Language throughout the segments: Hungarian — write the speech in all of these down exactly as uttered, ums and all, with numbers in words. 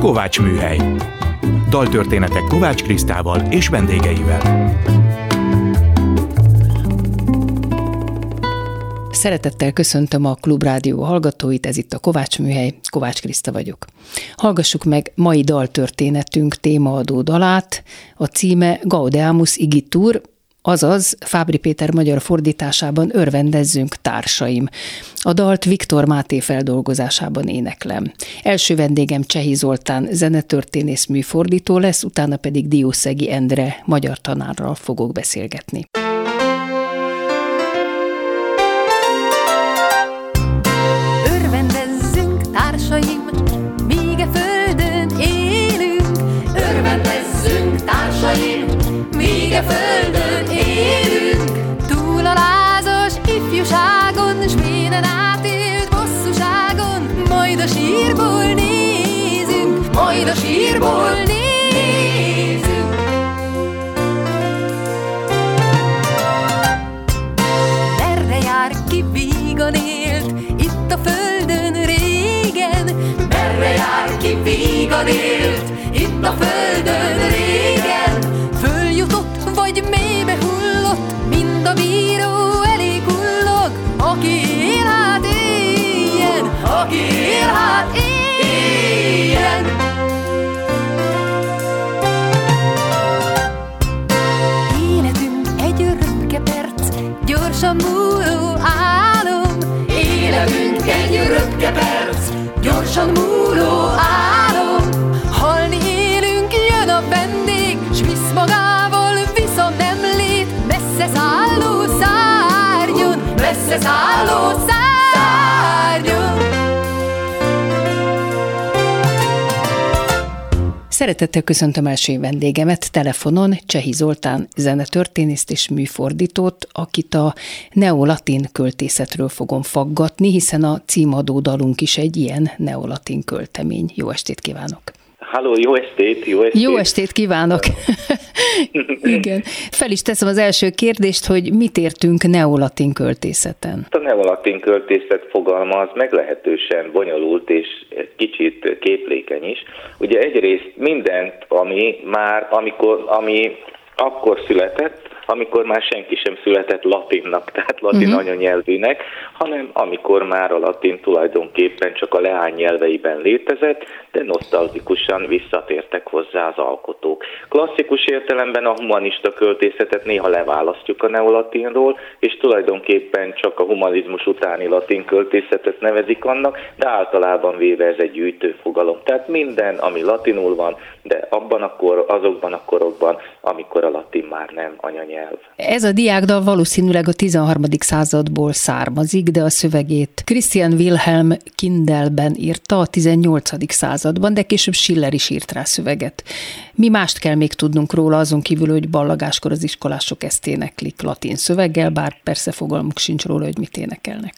Kovács Műhely. Daltörténetek Kovács Krisztával és vendégeivel. Szeretettel köszöntöm a Klubrádió hallgatóit, ez itt a Kovács Műhely, Kovács Kriszta vagyok. Hallgassuk meg mai daltörténetünk témaadó dalát, a címe Gaudeamus igitur, azaz Fábry Péter magyar fordításában Örvendezzünk társaim. A dalt Viktor Máté feldolgozásában éneklem. Első vendégem Csehi Zoltán zenetörténész műfordító lesz, utána pedig Diószegi Endre magyar tanárral fogok beszélgetni. Örvendezzünk társaim, míg a földön élünk. Örvendezzünk társaim, míg a földön élünk. Túl a lázas ifjúságon, s bénen átélt bosszúságon, majd a sírból nézünk, majd a sírból nézünk. Merre jár ki vígan élt, itt a földön régen? Merre jár ki vígan élt, itt a földön régen? Följutott, vagy mélybe hullott, mind a bíró elé kullog. Aki él, hát éljen, aki él, hát éljen. Életünk egy röpke perc, gyorsan múló álom. Életünk egy röpke perc, gyorsan múló álom. Halni élünk, jön a vendég, s visz magával visszanemlét. Messze szálló szárnyon, messze szálló szárnyon. Szeretettel köszöntöm első vendégemet telefonon, Csehi Zoltán zenetörténészt és műfordítót, akit a neolatin költészetről fogom faggatni, hiszen a címadó dalunk is egy ilyen neolatin költemény. Jó estét kívánok! Halló, jó estét, jó estét! Jó estét kívánok! Igen. Fel is teszem az első kérdést, hogy mit értünk neolatin költészeten? A neolatin költészet fogalma az meglehetősen bonyolult és kicsit képlékeny is. Ugye egyrészt mindent, ami már, amikor, ami akkor született, amikor már senki sem született latinnak, tehát latin uh-huh. anyanyelvűnek, hanem amikor már a latin tulajdonképpen csak a leánynyelveiben létezett, de nosztalgikusan visszatértek hozzá az alkotók. Klasszikus értelemben a humanista költészetet néha leválasztjuk a neolatinról, és tulajdonképpen csak a humanizmus utáni latin költészetet nevezik annak, de általában véve ez egy gyűjtőfogalom. Tehát minden, ami latinul van, de abban a kor, azokban a korokban, amikor a latin már nem anyanyelv. Ez a diákdal valószínűleg a tizenharmadik századból származik, de a szövegét Christian Wilhelm Kindelben írta a tizennyolcadik században, de később Schiller is írt rá szöveget. Mi mást kell még tudnunk róla, azon kívül, hogy ballagáskor az iskolások ezt éneklik latin szöveggel, bár persze fogalmuk sincs róla, hogy mit énekelnek.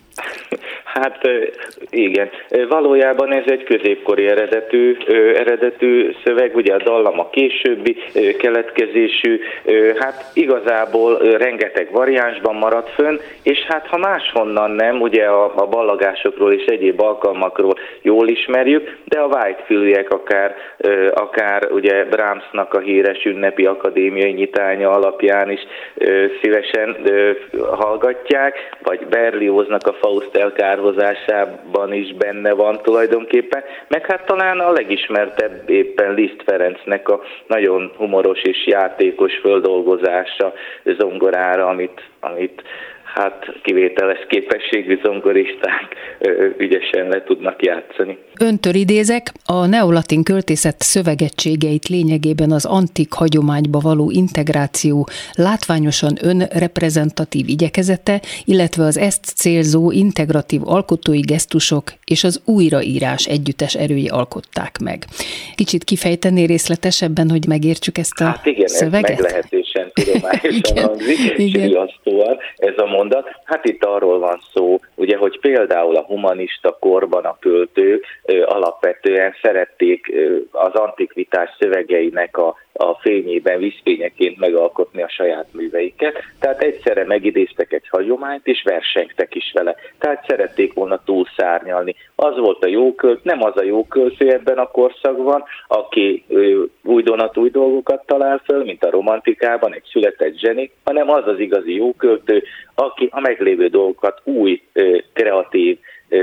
Hát igen, valójában ez egy középkori eredetű, eredetű szöveg, ugye a dallam a későbbi keletkezésű, hát igazából rengeteg variánsban maradt fönn, és hát ha máshonnan nem, ugye a, a ballagásokról és egyéb alkalmakról jól ismerjük, de a whitefülűek akár, akár ugye Brahmsnak a híres ünnepi akadémiai nyitánya alapján is szívesen hallgatják, vagy Berlioznak a Faust elkárhozásában is benne van tulajdonképpen, meg hát talán a legismertebb éppen Liszt Ferencnek a nagyon humoros és játékos földolgozása zongorára, amit, amit hát kivételes képességű zongoristák ö, ügyesen le tudnak játszani. Öntől idézek, a neolatin költészet szövegettségeit lényegében az antik hagyományba való integráció látványosan önreprezentatív igyekezete, illetve az ezt célzó integratív alkotói gesztusok és az újraírás együttes erői alkották meg. Kicsit kifejtené részletesebben, hogy megértsük ezt a hát igen, szöveget? Ez meglehetősen tudományosan hangzik, és riasztóan ez a mondat. Hát itt arról van szó, ugye, hogy például a humanista korban a költők ö, alapvetően szerették ö, az antikvitás szövegeinek a a fényében vízfényeként megalkotni a saját műveiket. Tehát egyszerre megidéztek egy hagyományt, és versengtek is vele. Tehát szerették volna túlszárnyalni. Az volt a jókölt, nem az a jóköltő ebben a korszakban, aki újdonatúj dolgokat talál föl, mint a romantikában egy született zseni, hanem az az igazi jóköltő, aki a meglévő dolgokat új, kreatív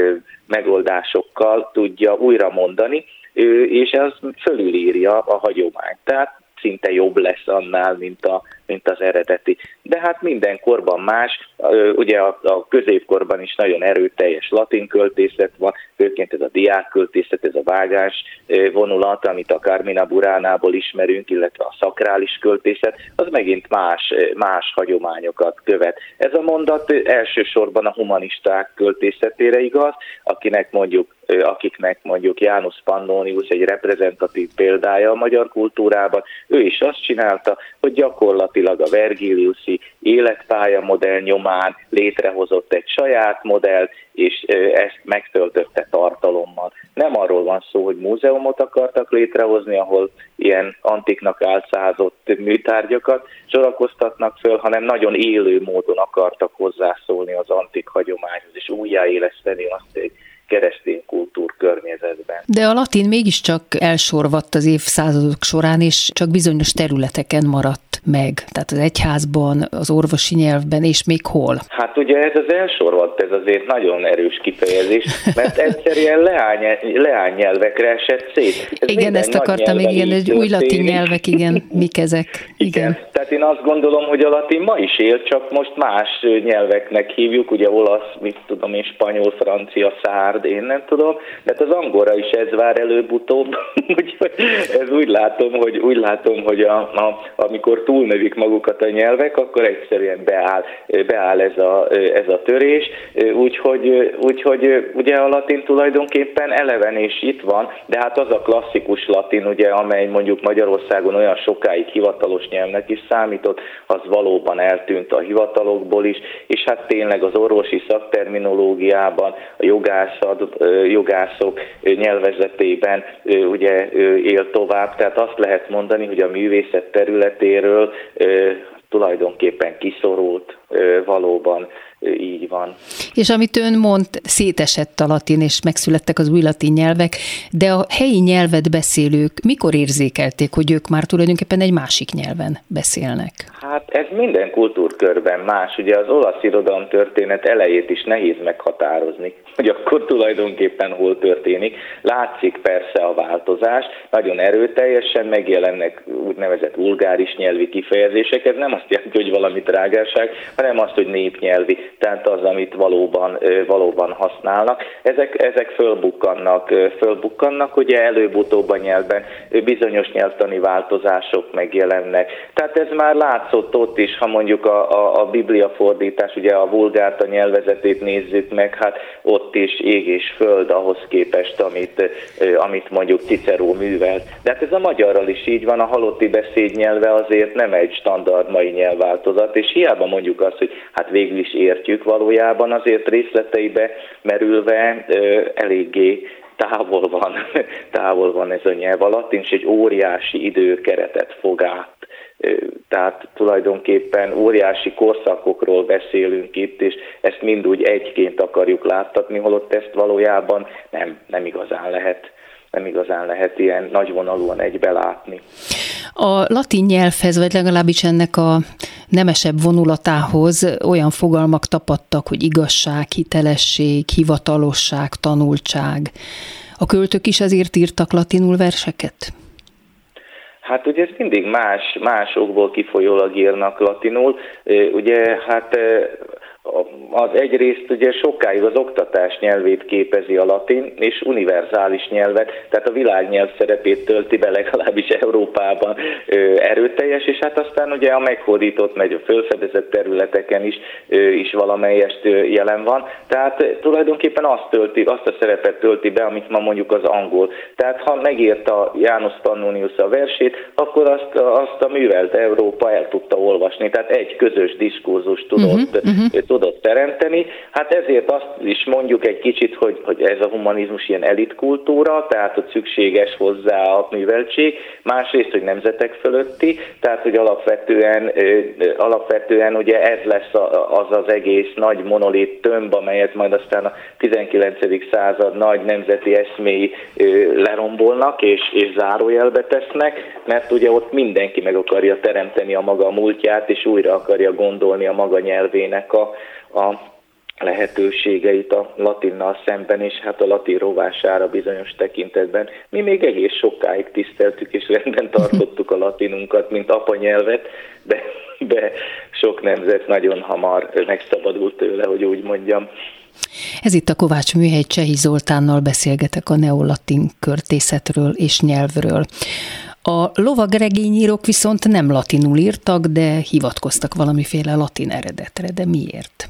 megoldásokkal tudja újra mondani, és az fölülírja a hagyományt. Tehát szinte jobb lesz annál, mint, a, mint az eredeti. De hát minden korban más, ugye a, a középkorban is nagyon erőteljes latin költészet van, főként ez a diákköltészet, ez a vágás vonulat, amit a Carmina Buránából ismerünk, illetve a szakrális költészet, az megint más, más hagyományokat követ. Ez a mondat elsősorban a humanisták költészetére igaz, akinek mondjuk akiknek mondjuk Janus Pannonius egy reprezentatív példája a magyar kultúrában, ő is azt csinálta, hogy gyakorlatilag a Vergiliuszi életpálya modell nyomán létrehozott egy saját modellt, és ezt megtöltötte tartalommal. Nem arról van szó, hogy múzeumot akartak létrehozni, ahol ilyen antiknak álszázott műtárgyakat sorakoztatnak föl, hanem nagyon élő módon akartak hozzászólni az antik hagyományhoz, és újjáéleszteni azt egy keresztény kultúr környezetben. De a latin mégiscsak elsorvadt az évszázadok során, és csak bizonyos területeken maradt meg. Tehát az egyházban, az orvosi nyelvben, és még hol? Hát ugye ez az elsorvadt, ez azért nagyon erős kifejezés, mert egyszerűen leány, leány nyelvekre esett szét. Ez igen, ezt akartam, még igen, egy új latin nyelvek, igen, mik ezek? Igen. igen. Tehát én azt gondolom, hogy a latin ma is él, csak most más nyelveknek hívjuk, ugye olasz, mit tudom én, spanyol, francia, szárd, én nem tudom, de hát az angolra is ez vár előbb-utóbb, úgyhogy ez úgy látom, hogy, úgy látom, hogy a, a, amikor túlnövik magukat a nyelvek, akkor egyszerűen beáll, beáll ez, a, ez a törés, úgyhogy, úgyhogy ugye a latin tulajdonképpen eleven és itt van, de hát az a klasszikus latin, ugye, amely mondjuk Magyarországon olyan sokáig hivatalos nyelvnek is számított, az valóban eltűnt a hivatalokból is, és hát tényleg az orvosi szakterminológiában, a jogászat, jogászok nyelvezetében ugye él tovább, tehát azt lehet mondani, hogy a művészet területéről tulajdonképpen kiszorult, valóban így van. És amit ön mond, szétesett a latin, és megszülettek az új latin nyelvek, de a helyi nyelvet beszélők mikor érzékelték, hogy ők már tulajdonképpen egy másik nyelven beszélnek? Hát ez minden kultúrkörben más. Ugye az olasz irodalom történet elejét is nehéz meghatározni, hogy akkor tulajdonképpen hol történik. Látszik persze a változás, nagyon erőteljesen megjelennek úgynevezett vulgáris nyelvi kifejezések. Ez nem azt jelenti, hogy valami trágárság, hanem azt, hogy népnyelvi, tehát az, amit valóban, valóban használnak. Ezek, ezek fölbukkannak, fölbukkannak, ugye előbb-utóbb a nyelvben bizonyos nyelvtani változások megjelennek. Tehát ez már látszott ott is, ha mondjuk a, a, a Biblia fordítás, ugye a vulgáta nyelvezetét nézzük meg, hát ott is ég és föld ahhoz képest, amit, amit mondjuk Cicero művelt. De hát ez a magyarral is így van, a halotti beszéd nyelve azért nem egy standard mai nyelvváltozat, és hiába mondjuk azt, hogy hát végül is értjük, valójában azért részleteibe merülve ö, eléggé távol van, távol van ez a nyelv. A latin is egy óriási időkeretet fog át. Tehát tulajdonképpen óriási korszakokról beszélünk itt, és ezt mind úgy egyként akarjuk láttatni, holott ezt valójában nem, nem igazán lehet. nem igazán lehet ilyen nagyvonalúan egybe látni. A latin nyelvhez, vagy legalábbis ennek a nemesebb vonulatához olyan fogalmak tapadtak, hogy igazság, hitelesség, hivatalosság, tanultság. A költők is azért írtak latinul verseket? Hát ugye ez mindig más, másokból kifolyólag írnak latinul. Ugye hát az egyrészt ugye sokáig az oktatás nyelvét képezi a latin, és univerzális nyelvet, tehát a világnyelv szerepét tölti be legalábbis Európában erőteljes, és hát aztán ugye a meghódított, megy a fölfedezett területeken is, is valamelyest jelen van, tehát tulajdonképpen azt, tölti, azt a szerepet tölti be, amit ma mondjuk az angol. Tehát ha megírta Janus Pannonius a versét, akkor azt, azt a művelt Európa el tudta olvasni, tehát egy közös diskurzust tudott, uh-huh, uh-huh. tudott teremteni. Hát ezért azt is mondjuk egy kicsit, hogy, hogy ez a humanizmus ilyen elitkultúra, tehát hogy szükséges hozzá a műveltség, másrészt, hogy nemzetek fölötti, tehát hogy alapvetően, alapvetően ugye ez lesz az az egész nagy monolit tömb, amelyet majd aztán a tizenkilencedik század nagy nemzeti eszméi lerombolnak és, és zárójelbe tesznek, mert ugye ott mindenki meg akarja teremteni a maga múltját, és újra akarja gondolni a maga nyelvének a, a lehetőségeit a latinnal szemben, és hát a latin rovására bizonyos tekintetben. Mi még egész sokáig tiszteltük és rendben tartottuk a latinunkat, mint apanyelvet, de, de sok nemzet nagyon hamar megszabadult tőle, hogy úgy mondjam. Ez itt a Kovács Műhely, Csehi Zoltánnal beszélgetek a neolatin költészetről és nyelvről. A lovagregényírók viszont nem latinul írtak, de hivatkoztak valamiféle latin eredetre, de miért?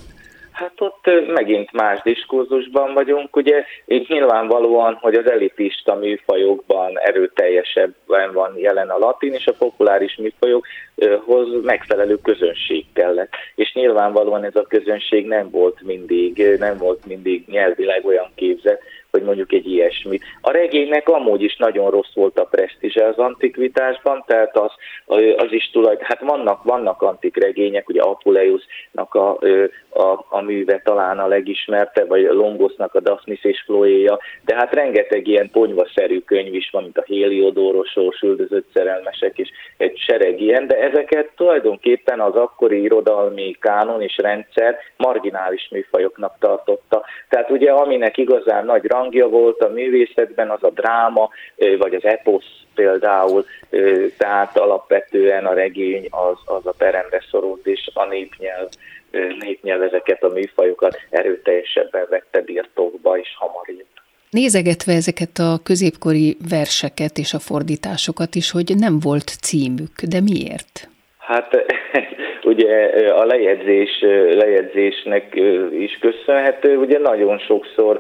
Hát ott megint más diskurzusban vagyunk, ugye így nyilvánvalóan, hogy az elitista műfajokban erőteljesebben van jelen a latin, és a populáris műfajokhoz megfelelő közönség kellett. És nyilvánvalóan ez a közönség nem volt mindig, nem volt mindig nyelvileg olyan képzett, hogy mondjuk egy ilyesmit. A regénynek amúgy is nagyon rossz volt a presztízse az antikvitásban, tehát az, az is tulajdonképpen, hát vannak, vannak antik regények, ugye Apuleiusnak a, a, a műve talán a legismertebb, vagy Longosnak a Daphnis és Chloéja, de hát rengeteg ilyen ponyvaszerű könyv is van, mint a Héliodoros, Üldözött szerelmesek, és egy sereg ilyen, de ezeket tulajdonképpen az akkori irodalmi kánon és rendszer marginális műfajoknak tartotta. Tehát ugye aminek igazán nagy rangja volt a művészetben, az a dráma, vagy az eposz például, tehát alapvetően a regény az, az a peremre szorult, és a népnyelv, népnyelv ezeket a műfajokat erőteljesebben vette birtokba, és hamar írt. Nézegetve ezeket a középkori verseket és a fordításokat is, hogy nem volt címük, de miért? Hát ugye a lejegyzés, lejegyzésnek is köszönhető, ugye nagyon sokszor,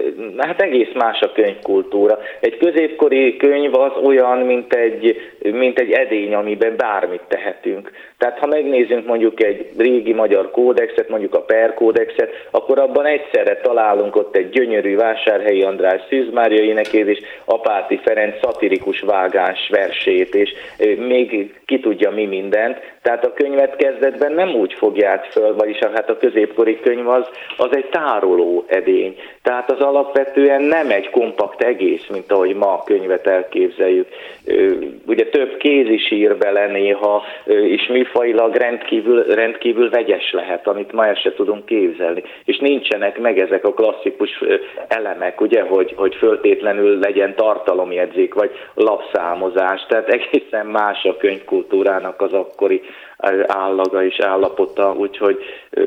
hát egész más a könyvkultúra. Egy középkori könyv az olyan, mint egy, mint egy edény, amiben bármit tehetünk. Tehát ha megnézzünk mondjuk egy régi magyar kódexet, mondjuk a Per kódexet, akkor abban egyszerre találunk ott egy gyönyörű Vásárhelyi András Szűz Mária énekét, és Apáti Ferenc szatirikus vágáns versét, és még ki tudja mi mindent. Tehát a könyvet kezdetben nem úgy fogják föl, vagyis hát a középkori könyv az, az egy tároló edény. Tehát az alapvetően nem egy kompakt egész, mint ahogy ma a könyvet elképzeljük. Ugye több kéz is ír bele néha, és műfajilag rendkívül, rendkívül vegyes lehet, amit ma el se tudunk képzelni. És nincsenek meg ezek a klasszikus elemek, ugye, hogy, hogy föltétlenül legyen tartalomjegyzék, vagy lapszámozás. Tehát egészen más a könyvkultúrának az akkori állaga és állapota, úgyhogy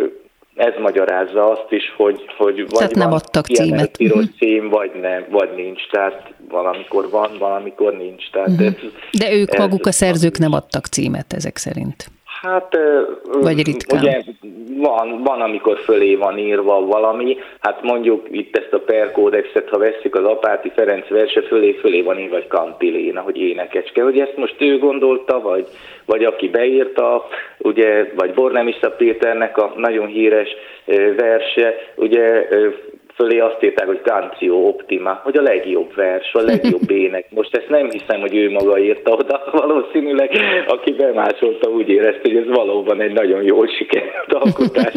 ez magyarázza azt is, hogy, hogy vagy nem van adtak címet. Piros cím, vagy nem, vagy nincs, tehát valamikor van, valamikor nincs. Tehát uh-huh. ez, de ők ez, maguk a szerzők nem adtak címet ezek szerint. Hát vagy ritkán. Ugye van, van, amikor fölé van írva valami, hát mondjuk itt ezt a Per kódexet, ha vesszük, az Apáti Ferenc verse fölé, fölé van írva, vagy Kantiléna, hogy énekecske. Hogy ezt most ő gondolta, vagy, vagy aki beírta, ugye, vagy Bornemisza Péternek a nagyon híres verse, ugye fölé azt írták, hogy Cancio Optima, hogy a legjobb vers, a legjobb ének. Most ezt nem hiszem, hogy ő maga írta oda, valószínűleg aki bemásolta, úgy érezte, hogy ez valóban egy nagyon jól sikerült alkotás.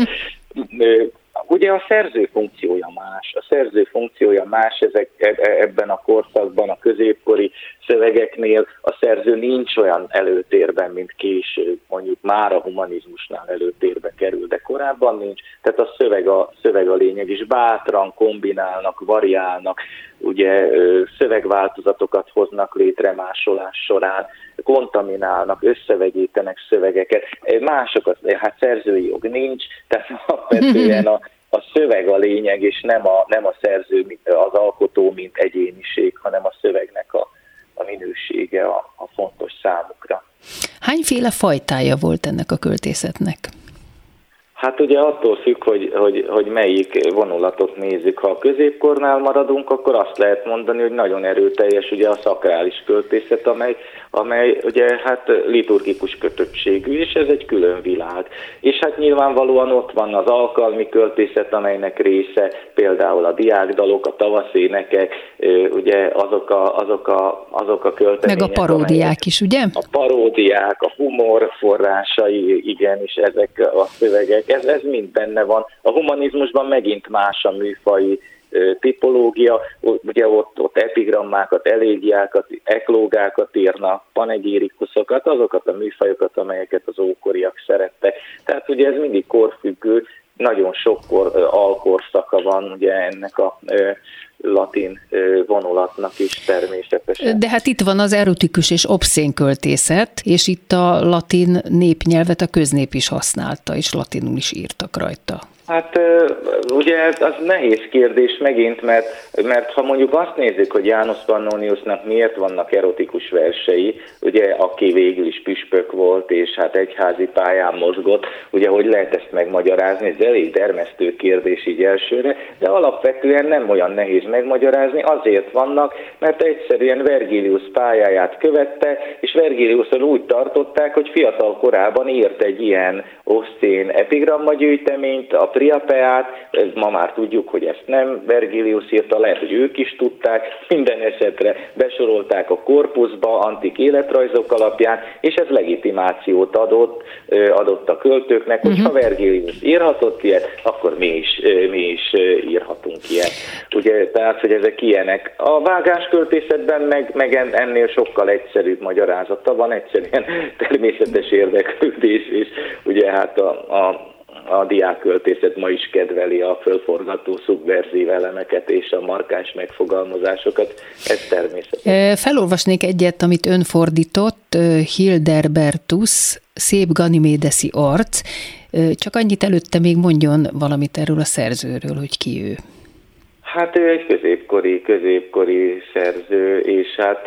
Ugye a szerző funkciója más, a szerző funkciója más ezek, ebben a korszakban, a középkori szövegeknél a szerző nincs olyan előtérben, mint később, mondjuk már a humanizmusnál előtérbe kerül, de korábban nincs, tehát a szöveg a, szöveg a lényeg is, bátran kombinálnak, variálnak, ugye szövegváltozatokat hoznak létre másolás során, kontaminálnak, összevegyítenek szövegeket, mások, az, hát szerzői jog nincs, tehát alapvetően a, a szöveg a lényeg, és nem a, nem a szerző, az alkotó, mint egyéniség, hanem a szövegnek a, a minősége a, a fontos számukra. Hányféle fajtája volt ennek a költészetnek? Hát ugye attól függ, hogy, hogy, hogy melyik vonulatot nézzük. Ha a középkornál maradunk, akkor azt lehet mondani, hogy nagyon erőteljes ugye a szakrális költészet, amely, amely ugye hát liturgikus kötöttségű, és ez egy külön világ. És hát nyilvánvalóan ott van az alkalmi költészet, amelynek része például a diákdalok, a tavaszénekek, ugye azok a, azok a, azok a költemények. Meg a paródiák is, ugye? A paródiák, a humor forrásai, igen, és ezek a szövegek, ez, ez mind benne van. A humanizmusban megint más a műfai tipológia, ugye ott, ott epigrammákat, elégiákat, eklógákat írnak, panegirikuszokat, azokat a műfajokat, amelyeket az ókoriak szerettek. Tehát ugye ez mindig korfüggő, nagyon sokkor alkorszaka van ugye ennek a latin vonulatnak is természetesen. De hát itt van az erotikus és obszén költészet, és itt a latin népnyelvet a köznép is használta, és latinul is írtak rajta. Hát ugye ez az nehéz kérdés megint, mert, mert ha mondjuk azt nézzük, hogy Janus Pannoniusnak miért vannak erotikus versei, ugye aki végül is püspök volt, és hát egyházi pályán mozgott, ugye hogy lehet ezt megmagyarázni, ez elég dermesztő kérdés így elsőre, de alapvetően nem olyan nehéz megmagyarázni, azért vannak, mert egyszerűen Vergilius pályáját követte, és Vergiliuson úgy tartották, hogy fiatal korában írt egy ilyen obszén epigrammagyűjteményt, a Priapeát, ma már tudjuk, hogy ezt nem Vergilius írta, lehet, hogy ők is tudták, minden esetre besorolták a korpuszba antik életrajzok alapján, és ez legitimációt adott, adott a költőknek, hogy uh-huh. ha Vergilius írhatott ilyet, akkor mi is, mi is írhatunk ilyet. Ugye, tehát, hogy ezek ilyenek. A vágásköltészetben meg, meg ennél sokkal egyszerűbb magyarázata van, egyszerűen természetes érdeklődés, és ugye hát a, a A diákköltészet ma is kedveli a fölforgató szubverzív elemeket és a markáns megfogalmazásokat. Ez természetes. Felolvasnék egyet, amit ön fordított, Hilderbertus, szép Ganymédeszi arc. Csak annyit előtte még mondjon valamit erről a szerzőről, hogy ki ő. Hát ő egy középkori, középkori szerző, és hát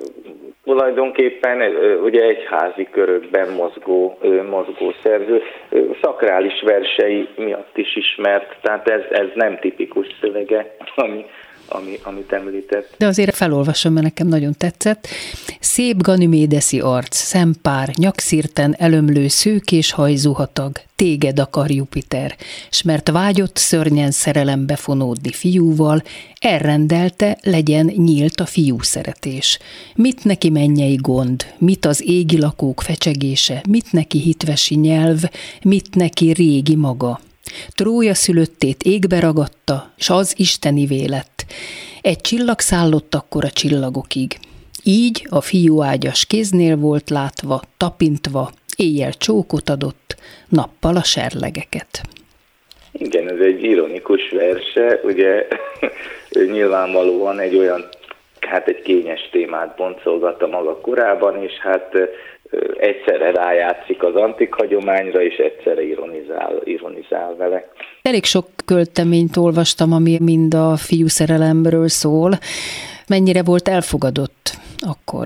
tulajdonképpen ugye egyházi körökben mozgó, mozgó szerző, szakrális versei miatt is ismert, tehát ez, ez nem tipikus szövege, ami, ami, amit említett. De azért felolvasom, mert nekem nagyon tetszett. Szép Ganymédeszi arc, szempár, nyakszirten elömlő szőkés hajzuhatag, téged akar Jupiter, s mert vágyott szörnyen szerelembe fonódni fiúval, elrendelte, legyen nyílt a fiú szeretés. Mit neki mennyei gond, mit az égi lakók fecsegése, mit neki hitvesi nyelv, mit neki régi maga. Trója szülöttét égbe ragadta, s az istenivé lett. Egy csillag szállott akkor a csillagokig. Így a fiú ágyas kéznél volt látva, tapintva, éjjel csókot adott, nappal a serlegeket. Igen, ez egy ironikus verse, ugye nyilvánvalóan egy olyan, hát egy kényes témát boncolgatta maga korában, és hát egyszerre rájátszik az antik hagyományra, és egyszerre ironizál, ironizál vele. Elég sok költeményt olvastam, ami mind a fiú szerelemről szól. Mennyire volt elfogadott akkor?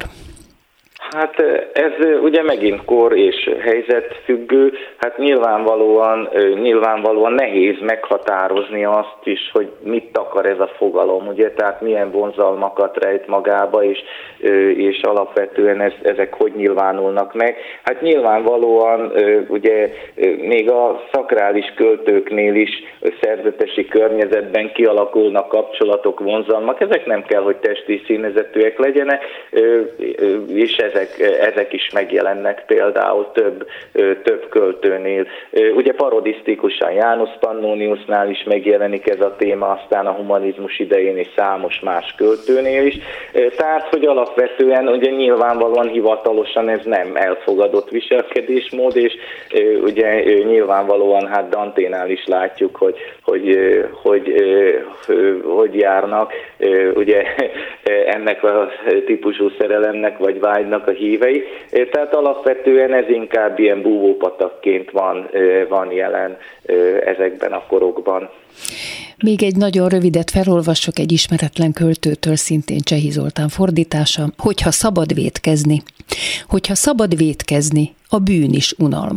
Hát ez ugye megint kor és helyzet függő, hát nyilvánvalóan, nyilvánvalóan nehéz meghatározni azt is, hogy mit akar ez a fogalom, ugye, tehát milyen vonzalmakat rejt magába, és, és alapvetően ez, ezek hogy nyilvánulnak meg. Hát nyilvánvalóan ugye még a szakrális költőknél is szerzetesi környezetben kialakulnak kapcsolatok, vonzalmak, ezek nem kell, hogy testi színezetűek legyenek, és ez Ezek, ezek is megjelennek például több, több költőnél. Ugye parodisztikusan Janus Pannoniusnál is megjelenik ez a téma, aztán a humanizmus idején is számos más költőnél is. Tehát, hogy alapvetően ugye nyilvánvalóan hivatalosan ez nem elfogadott viselkedésmód, és ugye nyilvánvalóan hát Danténál is látjuk, hogy hogy, hogy, hogy, hogy járnak ugye ennek a típusú szerelemnek vagy vágynak a hívei. Tehát alapvetően ez inkább ilyen búvópatakként van, van jelen ezekben a korokban. Még egy nagyon rövidet felolvassok egy ismeretlen költőtől, szintén Csehi Zoltán fordítása. Hogyha szabad vétkezni, hogyha szabad vétkezni, a bűn is unalmas.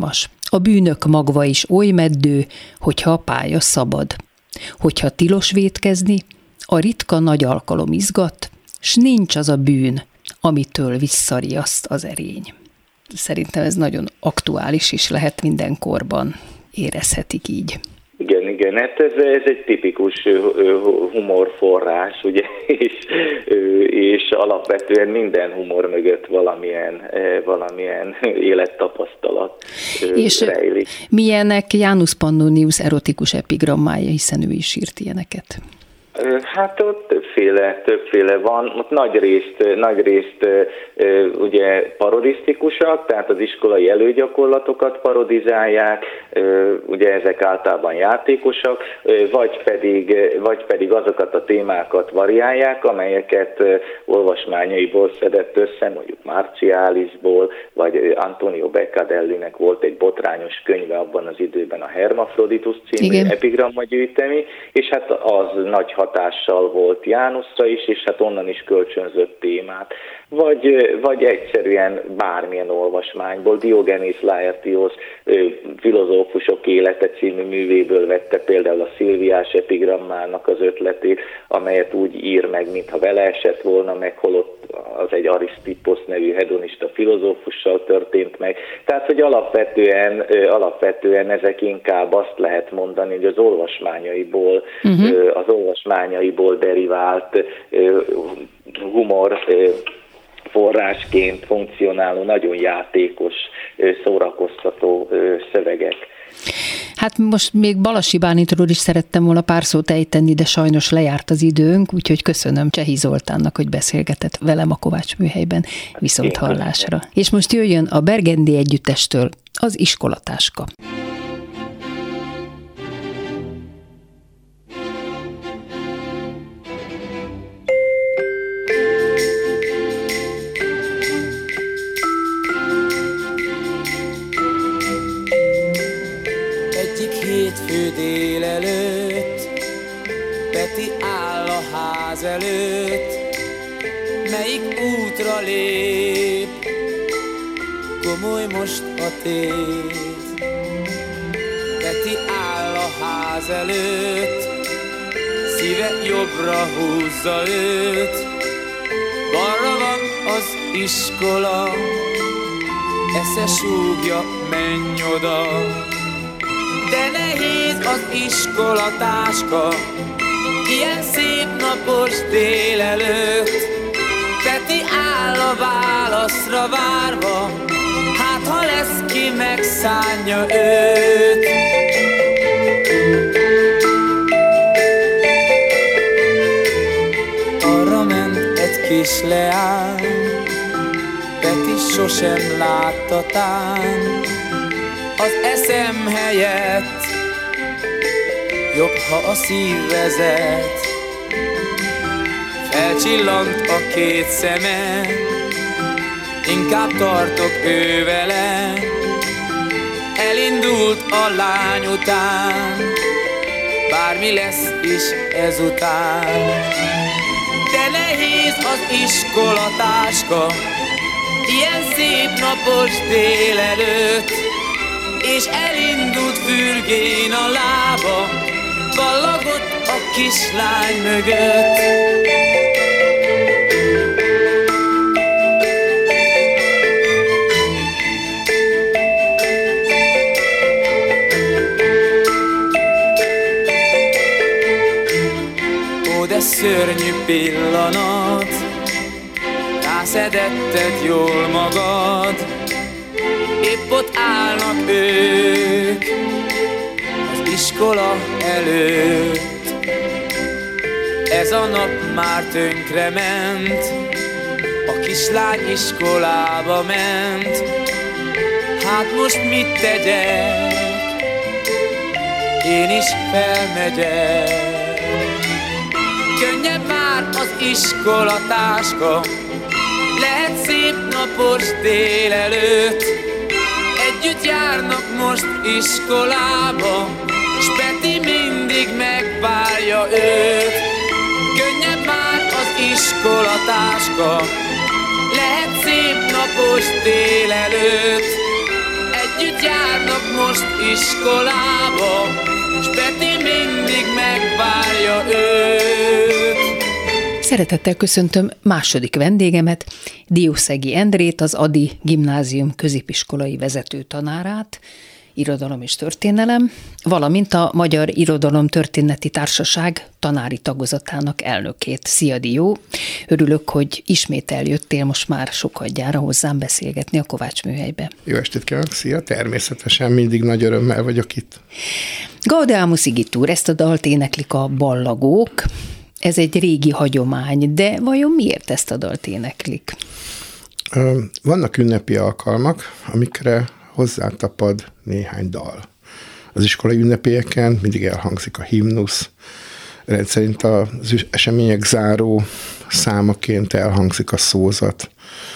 A bűnök magva is oly meddő, hogyha a pálya szabad. Hogyha tilos vétkezni, a ritka nagy alkalom izgat, s nincs az a bűn, amitől visszariaszt az erény. Szerintem ez nagyon aktuális is lehet mindenkorban, érezhetik így. Igen, igen, hát ez, ez egy tipikus humorforrás, ugye, és, és alapvetően minden humor mögött valamilyen, valamilyen élettapasztalat és rejlik. Milyenek Janus Pannonius erotikus epigrammája, hiszen ő is írt ilyeneket? Hát ott többféle, többféle van, ott nagy részt, nagy részt ugye parodisztikusak, tehát az iskolai előgyakorlatokat parodizálják, ugye ezek általában játékosak, vagy pedig, vagy pedig azokat a témákat variálják, amelyeket olvasmányaiból szedett össze, mondjuk Marcialisból, vagy Antonio Beccadellinek volt egy botrányos könyve abban az időben, a Hermafroditus című epigramma gyűjtemény, és hát az nagy hatással volt Jánuszra is, és hát onnan is kölcsönzött témát. Vagy, vagy egyszerűen bármilyen olvasmányból. Diogenész Laertios filozófusok élete című művéből vette például a Szilviás epigrammának az ötletét, amelyet úgy ír meg, mintha vele esett volna meg, holott az egy Arisztipposz nevű hedonista filozófussal történt meg. Tehát, hogy alapvetően, alapvetően ezek inkább azt lehet mondani, hogy az olvasmányaiból, uh-huh. az olvasmányaiból derivált humor forrásként funkcionáló, nagyon játékos, szórakoztató szövegek. Hát most még Balassi Bálintról is szerettem volna pár szót ejteni, de sajnos lejárt az időnk, úgyhogy köszönöm Csehi Zoltánnak, hogy beszélgetett velem a Kovács Műhelyben, viszont hallásra. És most jöjjön a Bergendi Együttestől az Iskolatáska. Hétfő délelőtt Peti áll a ház előtt, melyik útra lép, komoly most a tét. Peti áll a ház előtt, szíve jobbra húzza őt, balra van az iskola, esze súgja, menj oda. De nehéz az iskolatáska, ilyen szép napos délelőtt. Peti áll a válaszra várva, hát ha lesz ki megszánja őt. Arra ment egy kis leány, Peti sosem látta tán. Az eszem helyett jobb, ha a szív vezet. Felcsillant a két szeme, inkább tartok ő vele. Elindult a lány után, bármi lesz is ezután. De nehéz az iskolatáska, ilyen szép napos délelőtt. És elindult fürgén a lába, ballagott a kislány mögött. Ó, de szörnyű pillanat, rászedetted jól magad. Épp ott állnak ők az iskola előtt. Ez a nap már tönkrement, a kislány iskolába ment. Hát most mit tegyek? Én is felmegyek. Könnyebb már az iskolatáska, lehet szép napos délelőtt. Együtt járnak most iskolába, s Peti mindig megvárja őt. Könnyebb már az iskolatáska, lehet szép napos délelőtt. Együtt járnak most iskolába, s Peti mindig megvárja őt. Szeretettel köszöntöm második vendégemet, Diószegi Endrét, az Ady Gimnázium középiskolai vezető tanárát, irodalom és történelem, valamint a Magyar Irodalom Történeti Társaság tanári tagozatának elnökét. Szia, Dió! Örülök, hogy ismét eljöttél most már sokadjára hozzám beszélgetni a Kovács műhelybe. Jó estét kívánok, szia! Természetesen mindig nagy örömmel vagyok itt. Gaudeamus igitur, ezt a dalt éneklik a ballagók. Ez egy régi hagyomány, de vajon miért ezt a dalt éneklik? Vannak ünnepi alkalmak, amikre hozzátapad néhány dal. Az iskolai ünnepélyeken mindig elhangzik a himnusz, rendszerint az események záró számaként elhangzik a szózat.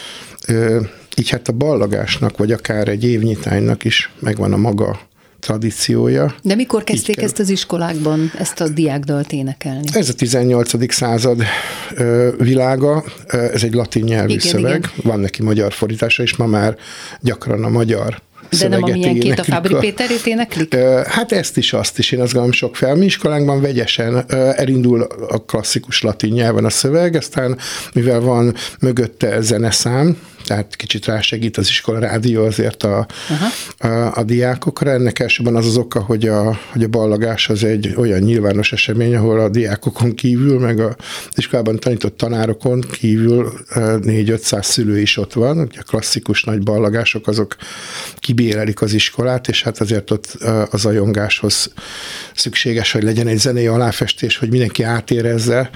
Így hát a ballagásnak, vagy akár egy évnyitánynak is megvan a maga tradíciója. De mikor kezdték ezt az iskolákban, ezt a diákdalt énekelni? Ez a tizennyolcadik század ö, világa, ez egy latin nyelvű igen, szöveg, igen. Van neki magyar fordítása, és ma már gyakran a magyar de nem amilyen két a Fábry Péterét éneklik? Hát ezt is, azt is. Én azt gondolom, sok felmi iskolánkban vegyesen elindul a klasszikus latin nyelven a szöveg, aztán mivel van mögötte zeneszám, tehát kicsit rásegít az iskola rádió azért a, a, a diákokra. Ennek elsőben az az oka, hogy a, hogy a ballagás az egy olyan nyilvános esemény, ahol a diákokon kívül, meg az iskolában tanított tanárokon kívül négy-ötszáz szülő is ott van. Ugye a klasszikus nagy ballagások azok kibérelik az iskolát, és hát azért ott az zajongáshoz szükséges, hogy legyen egy zenei aláfestés, hogy mindenki átérezze,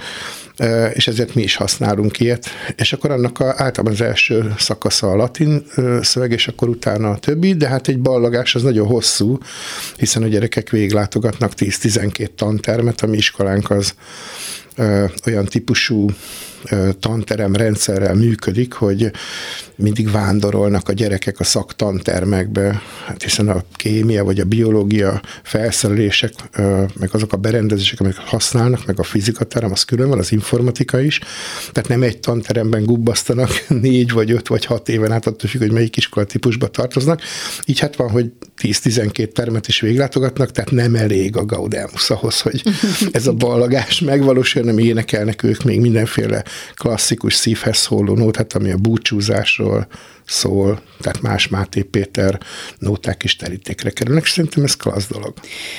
és ezért mi is használunk ilyet. És akkor annak a, általában az első szakasza a latin szöveg, és akkor utána a többi, de hát egy ballagás az nagyon hosszú, hiszen a gyerekek végiglátogatnak tíz-tizenkét tantermet, a mi iskolánk az ö, olyan típusú ö, tanterem rendszerrel működik, hogy mindig vándorolnak a gyerekek a szaktantermekbe, hát hiszen a kémia vagy a biológia felszerelések, meg azok a berendezések, amiket használnak, meg a fizikaterem, az külön van, az informatika is. Tehát nem egy tanteremben gubbasztanak négy vagy öt vagy hat éven át, attól függ, hogy melyik iskola típusba tartoznak. Így hát van, hogy tíz-tizenkét termet is véglátogatnak, tehát nem elég a Gaudeamus ahhoz, hogy ez a ballagás megvalósuljon, nem énekelnek ők még mindenféle klasszikus szívhez szóló nótát, ami a búcsúzásról szól, tehát más Máté Péter nóták is terítékre kerülnek, és szerintem ez klassz dolog.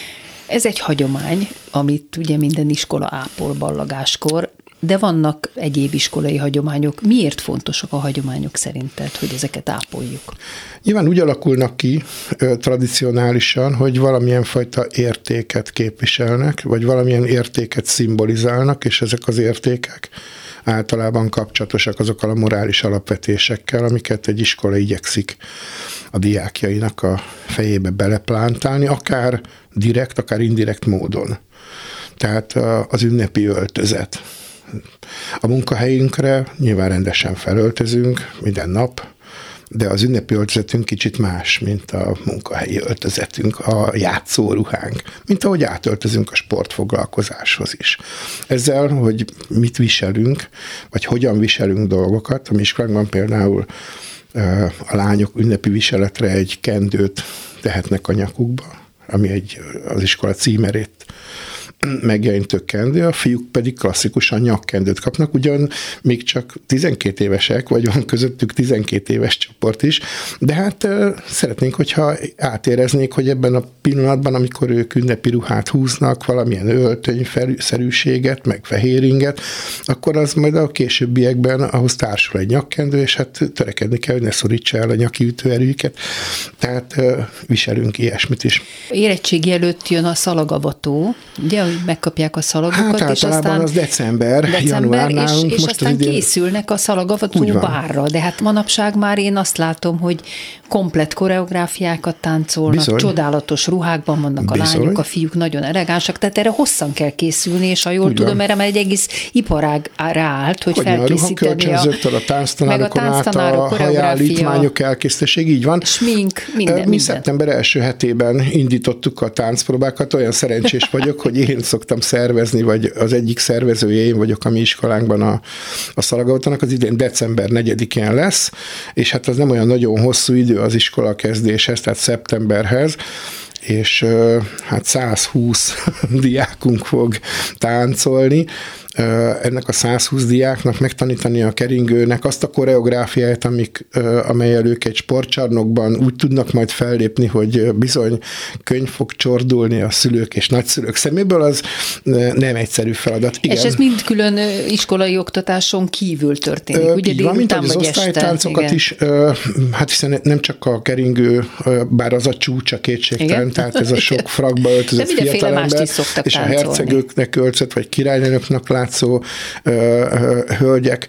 Ez egy hagyomány, amit ugye minden iskola ápol ballagáskor, de vannak egyéb iskolai hagyományok. Miért fontosak a hagyományok szerinted, hogy ezeket ápoljuk? Nyilván úgy alakulnak ki tradicionálisan, hogy valamilyen fajta értéket képviselnek, vagy valamilyen értéket szimbolizálnak, és ezek az értékek általában kapcsolatosak azokkal a morális alapvetésekkel, amiket egy iskola igyekszik a diákjainak a fejébe beleplántálni, akár direkt, akár indirekt módon. Tehát az ünnepi öltözet. A munkahelyünkre nyilván rendesen felöltözünk minden nap, de az ünnepi öltözetünk kicsit más, mint a munkahelyi öltözetünk, a játszóruhánk, mint ahogy átöltözünk a sportfoglalkozáshoz is. Ezzel, hogy mit viselünk, vagy hogyan viselünk dolgokat, a mi iskolánkban például a lányok ünnepi viseletre egy kendőt tehetnek a nyakukba, ami egy, az iskola címerét megjelentő kendő, a fiúk pedig klasszikusan nyakkendőt kapnak, ugyan még csak tizenkét évesek, vagy van közöttük tizenkét éves csoport is, de hát szeretnénk, hogyha átéreznék, hogy ebben a pillanatban, amikor ők ünnepi ruhát húznak, valamilyen öltönyszerűséget, meg fehéringet, akkor az majd a későbbiekben ahhoz társul egy nyakkendő, és hát törekedni kell, hogy ne szorítsa el a nyaki ütőerőjüket. Tehát viselünk ilyesmit is. Érettségi előtt jön a szalagavató, ugye, hogy megkapják a szalagokat, hát, és aztán az december, december január nálunk. És, és aztán idén készülnek a szalagavató bárra, de hát manapság már én azt látom, hogy komplett koreográfiákat táncolnak, bizony, csodálatos ruhákban vannak a bizony lányok, a fiúk nagyon elegánsak, tehát erre hosszan kell készülni, és ha jól úgy tudom, van, erre már egy egész iparág ráállt, hogy, hogy felkészíteni a, a tánctanárokon át, a hajállítmányok elkészítéség, így van. Smink, minden, Mi minden. szeptember első hetében indítottuk a táncpróbákat, olyan szerencsés vagyok, hogy én tagként szoktam szervezni, vagy az egyik szervezője én vagyok a mi iskolánkban a, a szalagavatónak, az idén december negyedikén lesz, és hát az nem olyan nagyon hosszú idő az iskola kezdéshez, tehát szeptemberhez, és hát száz húsz diákunk fog táncolni. Ennek a száz húsz diáknak megtanítani a keringőnek azt a koreográfiát, amik, amelyel ők egy sportcsarnokban úgy tudnak majd fellépni, hogy bizony könyv fog csordulni a szülők és nagyszülők szeméből, az nem egyszerű feladat. Igen. És ez mind külön iskolai oktatáson kívül történik, Ö, ugye van, mint az vagy osztálytáncokat este. is, hát hiszen nem csak a keringő, bár az a csúcs a kétségtelen, tehát ez a sok frakba öltözött fiatalember, és a hercegőknek öltözött, vagy királynőknek látszó ö, ö, hölgyek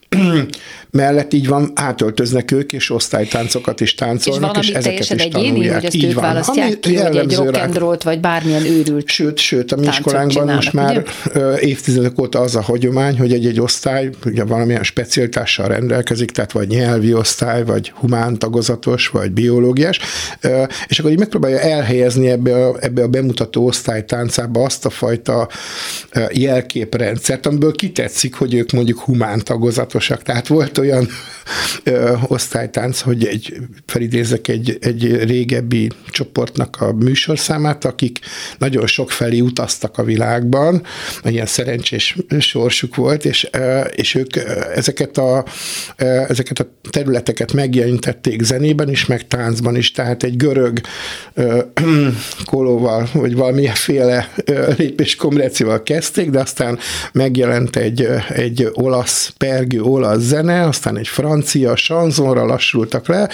mellett így van, átöltöznek ők, és osztálytáncokat is táncolnak, és, és ezeket is egyéni, tanulják. Hogy azt így ők van. választják ki, hogy egy rock and roll-t, vagy bármilyen őrült Sőt, sőt, a mi iskolánkban most már ugye? évtizedek óta az a hagyomány, hogy egy-egy osztály ugye valamilyen specialitással rendelkezik, tehát vagy nyelvi osztály, vagy humán tagozatos, vagy biológiás, és akkor így megpróbálja elhelyezni ebbe a, ebbe a bemutató osztálytáncába azt a fajta jelképrendszert, amiből kitetszik, hogy ők mondjuk humán tagozatosak. Tehát volt olyan ö, osztálytánc, hogy egy, felidézek egy, egy régebbi csoportnak a műsorszámát, akik nagyon sok felé utaztak a világban, ilyen szerencsés sorsuk volt, és, ö, és ők ezeket a, ö, ezeket a területeket megjelentették zenében is, meg táncban is, tehát egy görög ö, kolóval, vagy valamiféle lépéskombinációval kezdték, de aztán megjelent egy, egy olasz, pergő olasz zene, aztán egy francia sanzonra lassultak le,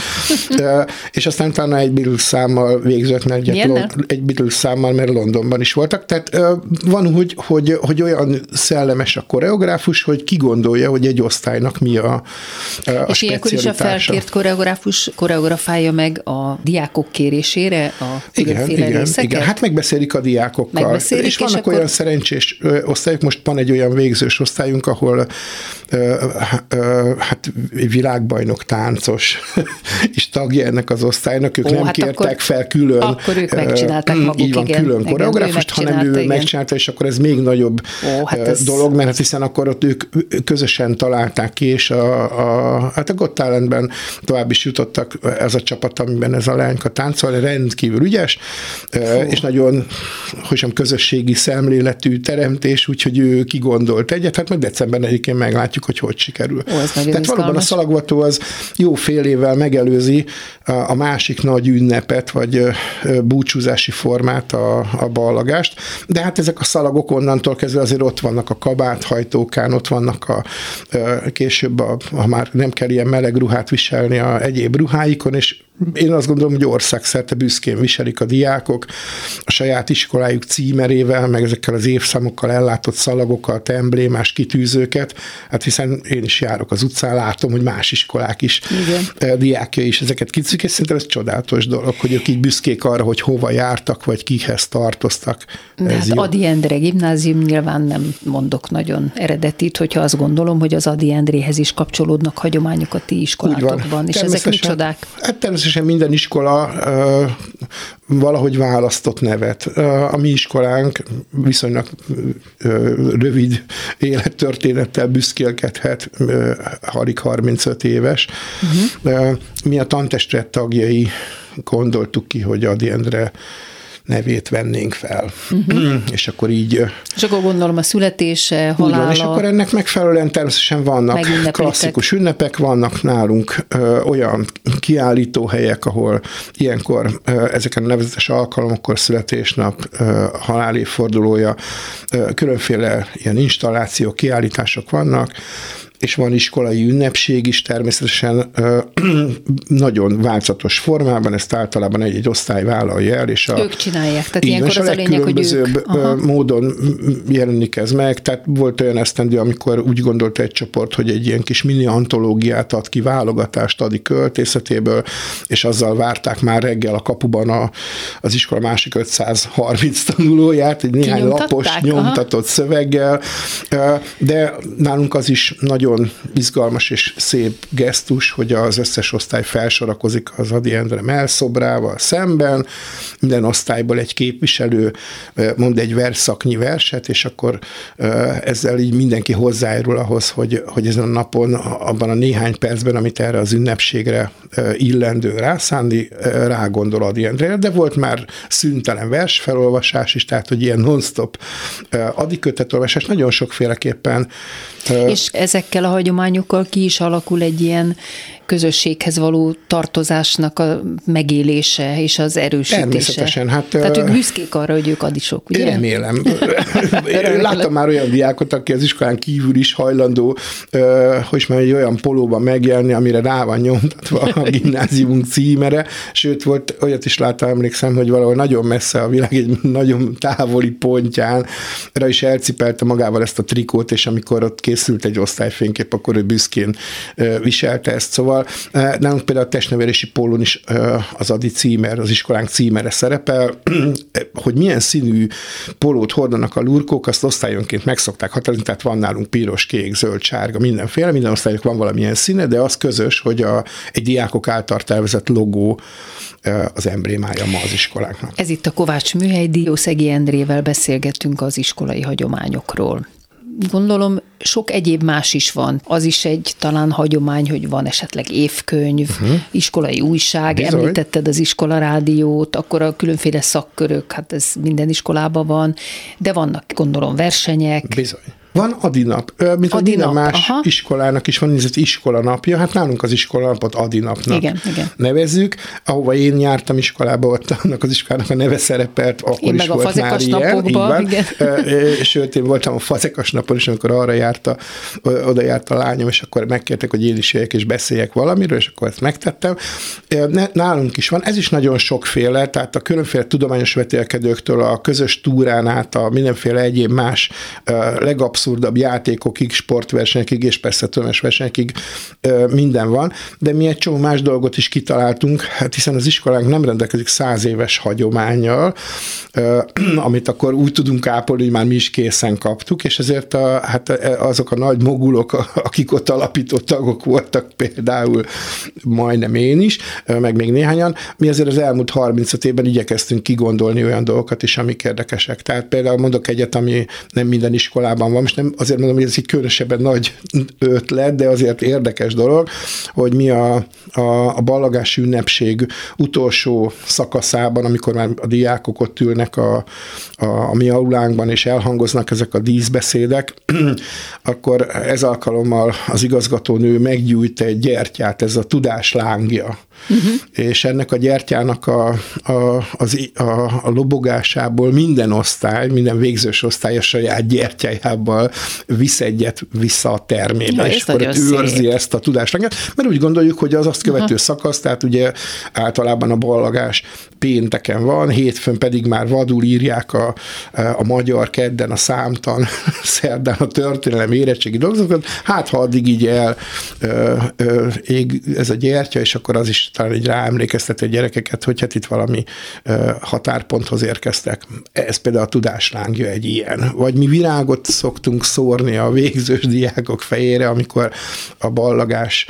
és aztán utána egy Beatles számmal végzett, mert egy Beatles számmal, mert Londonban is voltak. Tehát van, hogy, hogy, hogy olyan szellemes a koreográfus, hogy ki gondolja, hogy egy osztálynak mi a, a és és ilyenkor is a felkért koreográfus koreografálja meg a diákok kérésére a különféle igen, részeket? Igen, hát megbeszélik a diákokkal. Megbeszélik, és vannak és olyan akkor... szerencsés osztályok, most van egy olyan végzős osztályunk, ahol hát világbajnok táncos és tagja ennek az osztálynak, ők Ó, nem hát kértek akkor, fel külön. Akkor ők megcsinálták maguk, így van, igen. külön koreográfust, hanem ő igen. megcsinálta, és akkor ez még nagyobb Ó, hát ez... dolog, mert hiszen akkor ott ők közösen találták ki, és a, a, hát a Got Talentben tovább is jutottak ez a csapat, amiben ez a lányka táncol, rendkívül ügyes, Fú. és nagyon, hogy sem közösségi szemléletű teremtés, úgyhogy ő kigondolt egyet, hát meg december negyedikén meglátjuk, hogy hogy sikerül. Ó, Tehát valóban a szalagvató az jó fél évvel megelőzi a másik nagy ünnepet, vagy búcsúzási formát, a, a ballagást, de hát ezek a szalagok onnantól kezdve azért ott vannak a kabáthajtókán, ott vannak a később, a, ha már nem kell ilyen meleg ruhát viselni a egyéb ruháikon, és én azt gondolom, hogy országszerte büszkén viselik a diákok a saját iskolájuk címerével, meg ezekkel az évszámokkal ellátott szalagokat, emblémás kitűzőket, hát hiszen én is járok az utcán, látom, hogy más iskolák is, igen. diákjai is ezeket kitűzik, és szerintem ez csodálatos dolog, hogy ők így büszkék arra, hogy hova jártak, vagy kihez tartoztak. Hát Ady Endre gimnázium, nyilván nem mondok nagyon eredetit, hogyha azt gondolom, hogy az Ady Endréhez is kapcsolódnak hagyományok a ti iskolátokban, és ezek micsodák? Hát természetesen minden iskola uh, valahogy választott nevet. Uh, a mi iskolánk viszonylag uh, rövid élettörténettel büszkélkedhet, uh, alig harmincöt éves. Uh-huh. Uh, mi a tantestület tagjai gondoltuk ki, hogy Ady Endre nevét vennénk fel. Uh-huh. És akkor így... És akkor gondolom a születése, halála... Ugyan, és akkor ennek megfelelően természetesen vannak klasszikus ünnepek, vannak nálunk ö, olyan kiállítóhelyek, ahol ilyenkor ö, ezeken a nevezetes alkalmakkor születésnap, ö, halálévfordulója, ö, különféle ilyen installációk, kiállítások vannak, és van iskolai ünnepség is természetesen ö, nagyon változatos formában, ezt általában egy-egy osztály vállalja el. És a, ők csinálják, tehát ilyenkor az a lényeg, hogy ők... Aha. módon jelenik ez meg, tehát volt olyan esztendő, amikor úgy gondolt egy csoport, hogy egy ilyen kis mini antológiát ad ki, válogatást Ady költészetéből, és azzal várták már reggel a kapuban a, az iskola másik ötszázharminc tanulóját, egy néhány lapos, nyomtatott Aha. szöveggel, de nálunk az is nagyon nagyon izgalmas és szép gesztus, hogy az összes osztály felsorakozik az Ady Endre mellszobrával szemben, minden osztályból egy képviselő mond egy versszaknyi verset, és akkor ezzel így mindenki hozzájárul ahhoz, hogy, hogy ezen a napon, abban a néhány percben, amit erre az ünnepségre illendő rászánni, rágondol Ady Endre, de volt már szüntelen versfelolvasás is, tehát hogy ilyen non-stop Ady kötetolvasás, nagyon sokféleképpen. És ezekkel a hagyományokkal ki is alakul egy ilyen közösséghez való tartozásnak a megélése és az erősítése. Természetesen. Hát, Tehát ők büszkék arra, hogy ők adisok, ugye? Remélem. Láttam már olyan diákot, aki az iskolán kívül is hajlandó, hogy már egy olyan polóban megjelenni, amire rá van nyomtatva a gimnáziumunk címere, sőt, volt olyat is láttam, emlékszem, hogy valahol nagyon messze a világ egy nagyon távoli pontján rá is elcipelte magával ezt a trikót, és amikor ott készült egy osztályfénykép, akkor ő büszkén viselte ezt. Szóval nálunk például a testnevelési pólón is az Ady címer, az iskolánk címere szerepel, hogy milyen színű pólót hordanak a lurkók, azt osztályonként meg szokták határozni, tehát van nálunk piros, kék, zöld, sárga, mindenféle, minden osztályok van valamilyen színe, de az közös, hogy a, egy diákok által tervezett logó az emblémája ma az iskolánknak. Ez itt a Kovács Műhely, Diószegi Endrével beszélgetünk az iskolai hagyományokról. Gondolom, sok egyéb más is van. Az is egy talán hagyomány, hogy van esetleg évkönyv, uh-huh. iskolai újság, bizony. Említetted az iskolarádiót, akkor a különféle szakkörök, hát ez minden iskolában van, de vannak, gondolom, versenyek. Bizony. Van Ady nap, mint hogy minden más aha. iskolának is van nézett iskolanapja, hát nálunk az iskolanapot Ady napnak igen, igen. nevezzük. Ahova én jártam iskolába, ott annak az iskolának a neve szerepelt, akkor én is volt már ilyen. Így van. Sőt, én voltam a fazekas napon is, amikor arra járta, oda járt a lányom, és akkor megkértek, hogy én is jöjjek és beszéljek valamiről, és akkor ezt megtettem. Nálunk is van, ez is nagyon sokféle, tehát a különféle tudományos vetélkedőktől a közös túrán át a mindenféle egyéb más legabszolút abszurdabb játékokig, sportversenyekig, és persze tömeges versenyekig minden van, de mi egy csomó más dolgot is kitaláltunk, hát hiszen az iskolánk nem rendelkezik száz éves hagyománnyal, amit akkor úgy tudunk ápolni, hogy már mi is készen kaptuk, és ezért a, hát azok a nagy mogulok, akik ott alapító tagok voltak, például majdnem én is, meg még néhányan, mi azért az elmúlt harmincöt évben igyekeztünk kigondolni olyan dolgokat is, amik érdekesek. Tehát például mondok egyet, ami nem minden iskolában van, most nem azért mondom, hogy ez egy különösebben nagy ötlet, de azért érdekes dolog, hogy mi a, a, a ballagási ünnepség utolsó szakaszában, amikor már a diákok ott ülnek a, a, a mi aulánkban, és elhangoznak ezek a díszbeszédek, akkor ez alkalommal az igazgatónő meggyújt egy gyertyát, ez a tudás lángja. Uh-huh. És ennek a gyertyának a, a, az, a, a lobogásából minden osztály, minden végzős osztály a saját gyertyájával visz egyet vissza a termébe, ja, és akkor őrzi szép. Ezt a tudáslángot, mert úgy gondoljuk, hogy az azt követő uh-huh. szakasz, tehát ugye általában a ballagás pénteken van, hétfőn pedig már vadul írják a, a magyar, kedden a számtan, szerdán a történelem érettségi dolgozatot, hát ha addig így el ö, ö, ég ez a gyertya, és akkor az is talán így ráemlékezteti a gyerekeket, hogy hát itt valami ö, határponthoz érkeztek. Ez például a tudáslángja egy ilyen. Vagy mi virágot szoktunk szórni a végzős diákok fejére, amikor a ballagás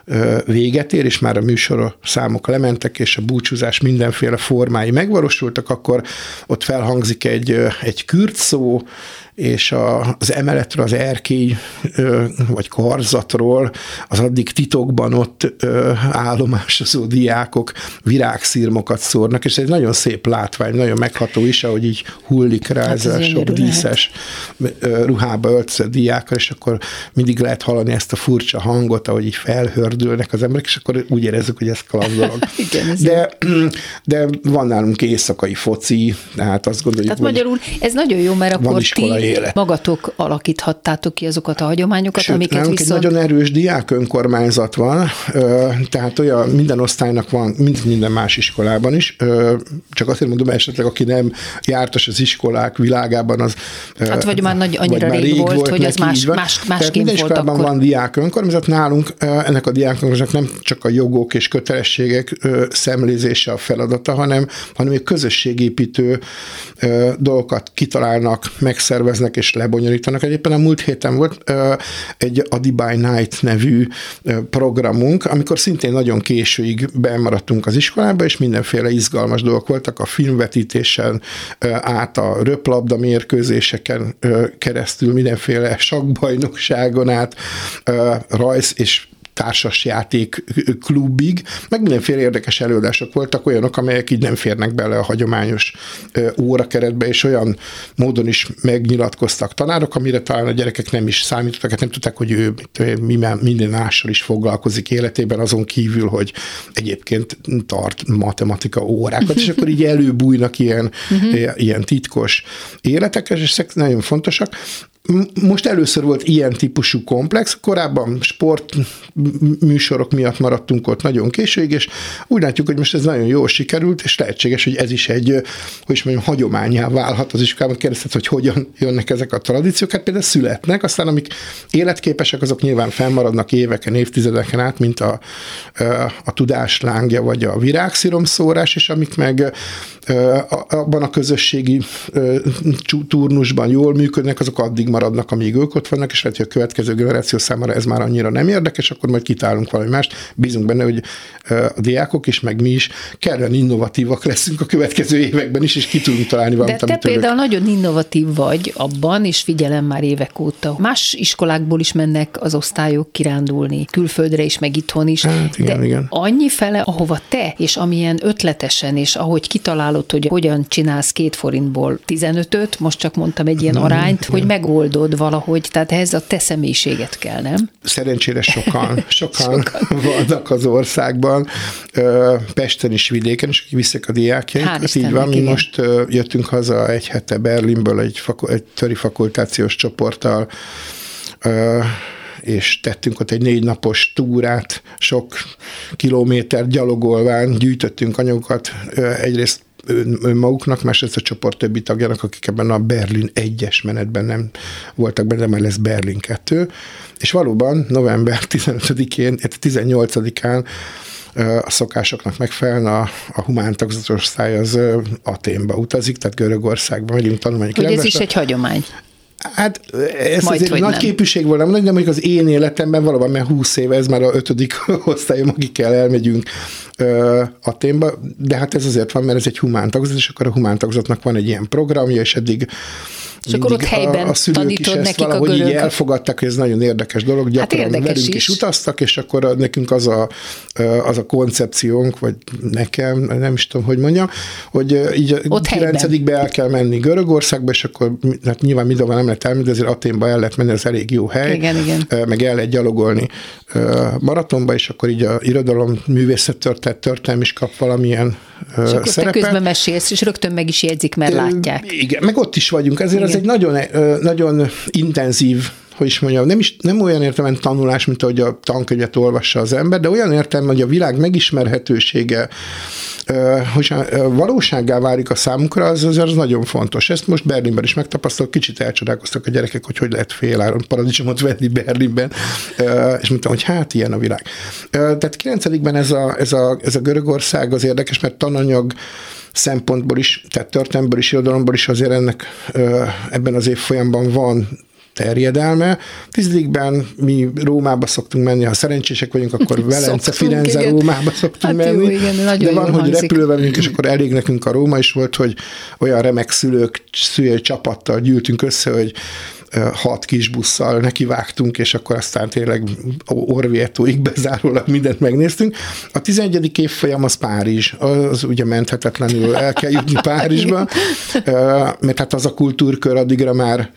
véget ér, és már a műsor számok lementek, és a búcsúzás mindenféle formái megvalósultak, akkor ott felhangzik egy, egy kürtszó, és a, az emeletről, az erkély vagy karzatról az addig titokban ott állomásozó diákok virágszirmokat szórnak, és ez egy nagyon szép látvány, nagyon megható is, ahogy így hullik rá hát ezzel sok díszes ruhába öltözött diákkal, és akkor mindig lehet hallani ezt a furcsa hangot, ahogy így felhördülnek az emberek, és akkor úgy érezzük, hogy ez klassz dolog. Igen, de, de van nálunk éjszakai foci, tehát azt gondoljuk, tehát magyarul ez nagyon jó, mert akkor ti élet. Magatok alakíthattátok ki azokat a hagyományokat, sőt, amiket viszont... egy nagyon erős diák önkormányzat van, tehát olyan minden osztálynak van, mint minden más iskolában is, csak azért mondom, esetleg aki nem jártas az iskolák világában, az... Hát vagy már nagy, annyira vagy rég, rég volt, volt hogy ez más, más, másként minden volt iskolában akkor. Van diák önkormányzat, nálunk ennek a diákoknak nem csak a jogok és kötelességek szemlézése a feladata, hanem, hanem egy közösségépítő dolgokat kitalálnak, megszerveznek és lebonyolítanak. Egyébként a múlt héten volt egy Adibai Night nevű programunk, amikor szintén nagyon későig bemaradtunk az iskolába, és mindenféle izgalmas dolgok voltak a filmvetítésen át a röplabda mérkőzéseken keresztül, mindenféle sakkbajnokságon át, rajz és társasjáték klubig, meg mindenféle érdekes előadások voltak, olyanok, amelyek így nem férnek bele a hagyományos órakeretbe, és olyan módon is megnyilatkoztak tanárok, amire talán a gyerekek nem is számítottak, hát nem tudták, hogy ő minden mással is foglalkozik életében, azon kívül, hogy egyébként tart matematika órákat, és akkor így előbújnak ilyen, ilyen titkos életek, és ezek nagyon fontosak. Most először volt ilyen típusú komplex, korábban sport műsorok miatt maradtunk ott nagyon későig, és úgy látjuk, hogy most ez nagyon jól sikerült, és lehetséges, hogy ez is egy, hogy is mondjam, hagyományá válhat az iskolában. Kérdezted, hogy hogyan jönnek ezek a tradíciók, hát például születnek, aztán amik életképesek, azok nyilván fennmaradnak éveken, évtizedeken át, mint a, a tudás lángja, vagy a virágsziromszórás, és amik meg abban a közösségi turnusban jól működnek, azok addig maradnak, amíg ők ott vannak, és lehet, hogy a következő generáció számára ez már annyira nem érdekes, akkor majd kitálunk valami mást. Bízunk benne, hogy a diákok is, meg mi is kellően innovatívak leszünk a következő években is, és ki tudunk találni valamit. De te például ők... nagyon innovatív vagy abban, és figyelem már évek óta. Más iskolákból is mennek az osztályok kirándulni, külföldre is, meg itthon is. Hát, igen, de igen. annyi fele, ahova te, és amilyen ötletesen, és ahogy kitalálod, hogy hogyan csinálsz két forintból tizenötöt, most csak mondtam egy ilyen arányt, hmm, hogy megoldod valahogy, tehát ehhez a te személyiséget kell, nem? Szerencsére sokan, sokan, sokan vannak az országban, Pesten is, vidéken is, akik viszik a diákjaikat. Hát így van, mi igen. Most jöttünk haza egy hete Berlinből egy, faku, egy töri fakultációs csoporttal, és tettünk ott egy négy napos túrát, sok kilométer gyalogolván, gyűjtöttünk anyagokat, egyrészt önmaguknak, másrészt a csoport többi tagjának, akik ebben a Berlin egyes menetben nem voltak benne, de már lesz Berlin kettő, és valóban november tizenötödikén, tizennyolcadikán a szokásoknak megfelelően a, a humántagzatos osztály az Athénba utazik, tehát Görögországba megyünk tanulmányi kirándulásra. Hogy ez is egy hagyomány. Hát ez Majd, azért nagy nem. képűség volt, nem, de mondjuk az én életemben valóban, mert húsz éve, ez már a ötödik osztályom, akikkel elmegyünk uh, Athénba, de hát ez azért van, mert ez egy humántagzat, és akkor a humántagzatnak van egy ilyen programja, és eddig és akkor ott helyben a, a szülők is ezt valahogy így elfogadták, hogy ez nagyon érdekes dolog, gyakran hát érdekes velünk is. is utaztak, és akkor nekünk az a, az a koncepciónk, vagy nekem, nem is tudom, hogy mondjam, hogy így a kilencedikbe el kell menni Görögországba, és akkor hát nyilván mindenhol nem lehet elmenni, de azért Athénba el lehet menni, ez elég jó hely, igen, igen. meg el lehet gyalogolni maratonba, és akkor így a irodalom, művészettörténet, történelem is kap valamilyen és akkor szerepet. te közben mesélsz, és rögtön meg is jegyzik, mert látják. Igen, meg ott is vagyunk, ezért igen. Ez egy nagyon, nagyon intenzív, hogy is mondjam, nem, is, nem olyan értelemben tanulás, mint ahogy a tankönyvet olvassa az ember, de olyan értelemben, hogy a világ megismerhetősége, hogy valósággá válik a számunkra, az, az, az nagyon fontos. Ezt most Berlinben is megtapasztalok, kicsit elcsodálkoztak a gyerekek, hogy hogy lehet féláron paradicsomot venni Berlinben, és mondtam, hogy hát ilyen a világ. Tehát kilencedikben ez a, ez a, ez a Görögország az érdekes, mert tananyag szempontból is, tehát történelmből is, irodalomból is azért ennek ebben az évfolyamban van terjedelme. Tizedikben mi Rómába szoktunk menni, ha szerencsések vagyunk, akkor Velence, Firenze, Rómába szoktunk hát menni. Jó, igen, de van, hogy repülővel megyünk, és akkor elég nekünk a Róma is volt, hogy olyan remek szülők, szülői csapattal gyűltünk össze, hogy hat kis busszal nekivágtunk, és akkor aztán tényleg Orvietóig bezárólag mindent megnéztünk. A tizenegyedik évfolyam az Párizs, az ugye menthetetlenül el kell jutni Párizsba, mert hát az a kultúrkör addigra már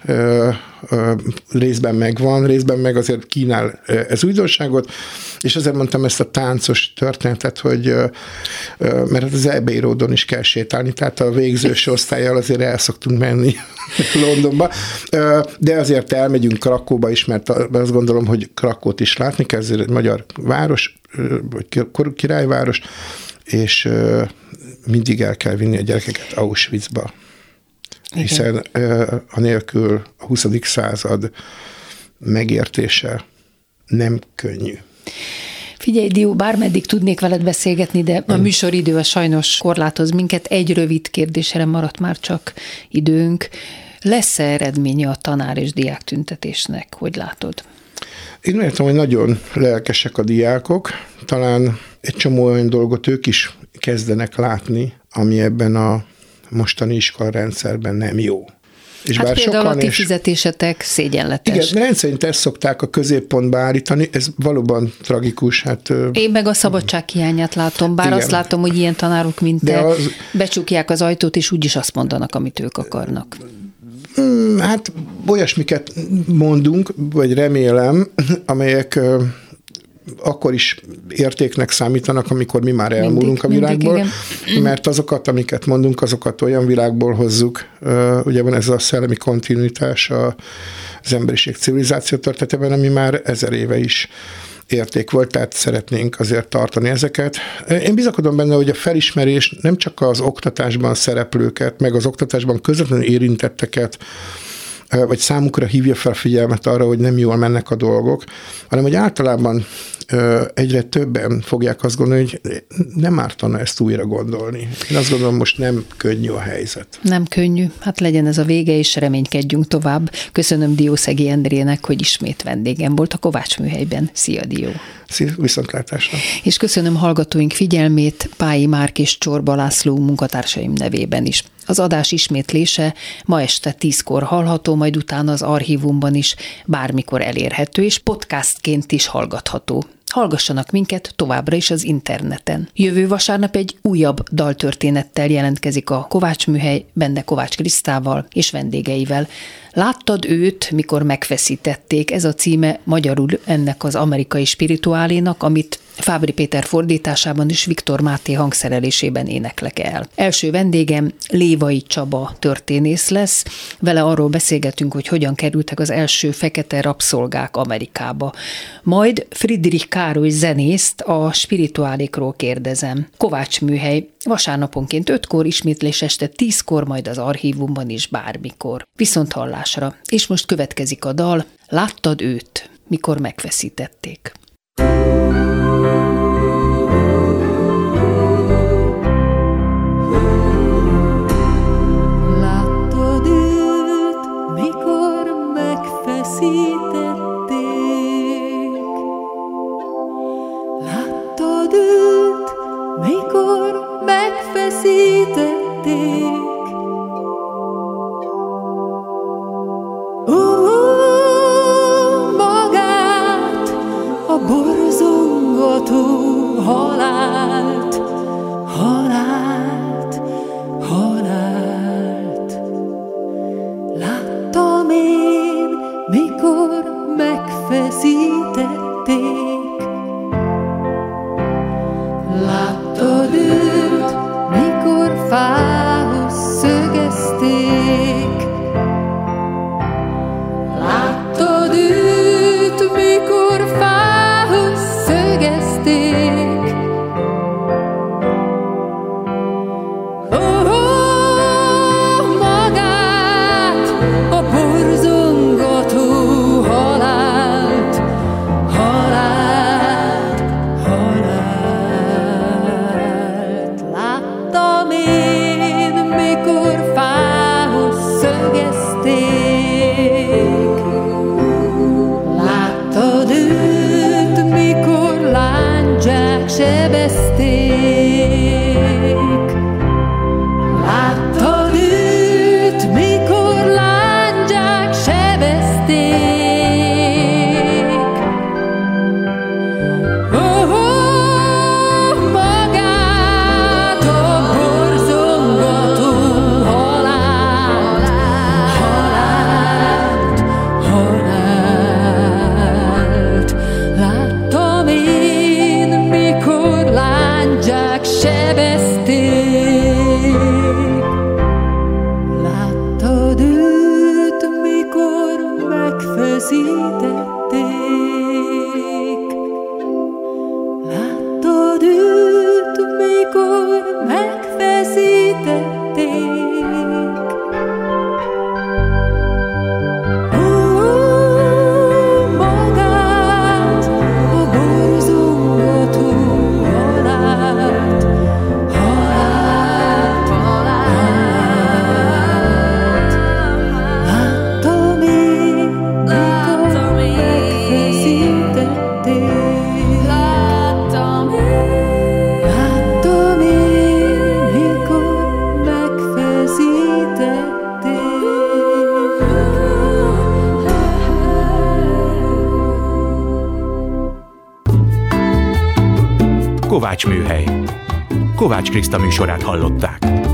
részben megvan, részben meg azért kínál ez újdonságot, és ezért mondtam ezt a táncos történetet, hogy mert az Abbey-Roadon is kell sétálni, tehát a végzős osztályjal azért el szoktunk menni Londonba, de azért elmegyünk Krakóba is, mert azt gondolom, hogy Krakót is látni kell, ez egy magyar város, vagy királyváros, és mindig el kell vinni a gyerekeket Auschwitzba. Igen. Hiszen anélkül a huszadik század megértése nem könnyű. Figyelj, Dió, bármeddig tudnék veled beszélgetni, de a műsoridő a sajnos korlátoz minket. Egy rövid kérdésre maradt már csak időnk. Lesz-e eredménye a tanár és diák tüntetésnek? Hogy látod? Én értem, hogy nagyon lelkesek a diákok. Talán egy csomó olyan dolgot ők is kezdenek látni, ami ebben a mostani iskolarendszerben nem jó. És hát bár például a ti fizetésetek szégyenletes. Igen, rendszerint ezt szokták a középpontba állítani, ez valóban tragikus. Hát, én meg a szabadság hiányát látom, bár igen. Azt látom, hogy ilyen tanárok, mint te, az... becsukják az ajtót, és úgyis azt mondanak, amit ők akarnak. Hát olyasmiket mondunk, vagy remélem, amelyek akkor is értéknek számítanak, amikor mi már elmúlunk mindig, a világból, mindig, mert azokat, amiket mondunk, azokat olyan világból hozzuk. Ugye van ez a szellemi kontinuitás az emberiség civilizáció történetében, ami már ezer éve is érték volt, tehát szeretnénk azért tartani ezeket. Én bizakodom benne, hogy a felismerés nem csak az oktatásban szereplőket, meg az oktatásban közvetlenül érintetteket, vagy számukra hívja fel figyelmet arra, hogy nem jól mennek a dolgok, hanem hogy általában egyre többen fogják azt gondolni, hogy nem ártana ezt újra gondolni. Én azt gondolom, most nem könnyű a helyzet. Nem könnyű. Hát legyen ez a vége, és reménykedjünk tovább. Köszönöm Diószegi Endrének, hogy ismét vendégem volt a Kovács Műhelyben. Szia, Dió! Szia, viszontlátásra! És köszönöm hallgatóink figyelmét Pályi Márk és Csorba László munkatársaim nevében is. Az adás ismétlése ma este tízkor hallható, majd utána az archívumban is bármikor elérhető, és podcastként is hallgatható. Hallgassanak minket továbbra is az interneten. Jövő vasárnap egy újabb daltörténettel jelentkezik a Kovács Műhely, benne Kovács Krisztával és vendégeivel. Láttad őt, mikor megfeszítették? Ez a címe magyarul ennek az amerikai spirituálénak, amit Fábri Péter fordításában és Viktor Máté hangszerelésében éneklek el. Első vendégem Lévai Csaba történész lesz. Vele arról beszélgetünk, hogy hogyan kerültek az első fekete rabszolgák Amerikába. Majd Friedrich Károly zenészt a spirituálékról kérdezem. Kovács Műhely vasárnaponként ötkor, ismétlés este tízkor, majd az archívumban is bármikor. Viszonthallásra. És most következik a dal. Láttad őt, mikor megfeszítették? Láttad őt, mikor megfeszítették? Láttad őt, mikor megfeszítették? Borzongató halált, halált, halált. Láttam én, mikor megfeszítették. Láttad őt, mikor fához szögezték. Láttad őt, mikor fához szögezték. Oh, oh, magát, a borzongató halált, halált, halált. Láttam én, mikor fához szögezték. Láttad őt, mikor lándzsák sebezték. Láttad őt, mikor lándzsák sebezték. Oh, oh, magát a borzongató halált, halált, halált. Láttam én, mikor lándzsák Kovács Műhely. Kovács Kriszta műsorát hallották.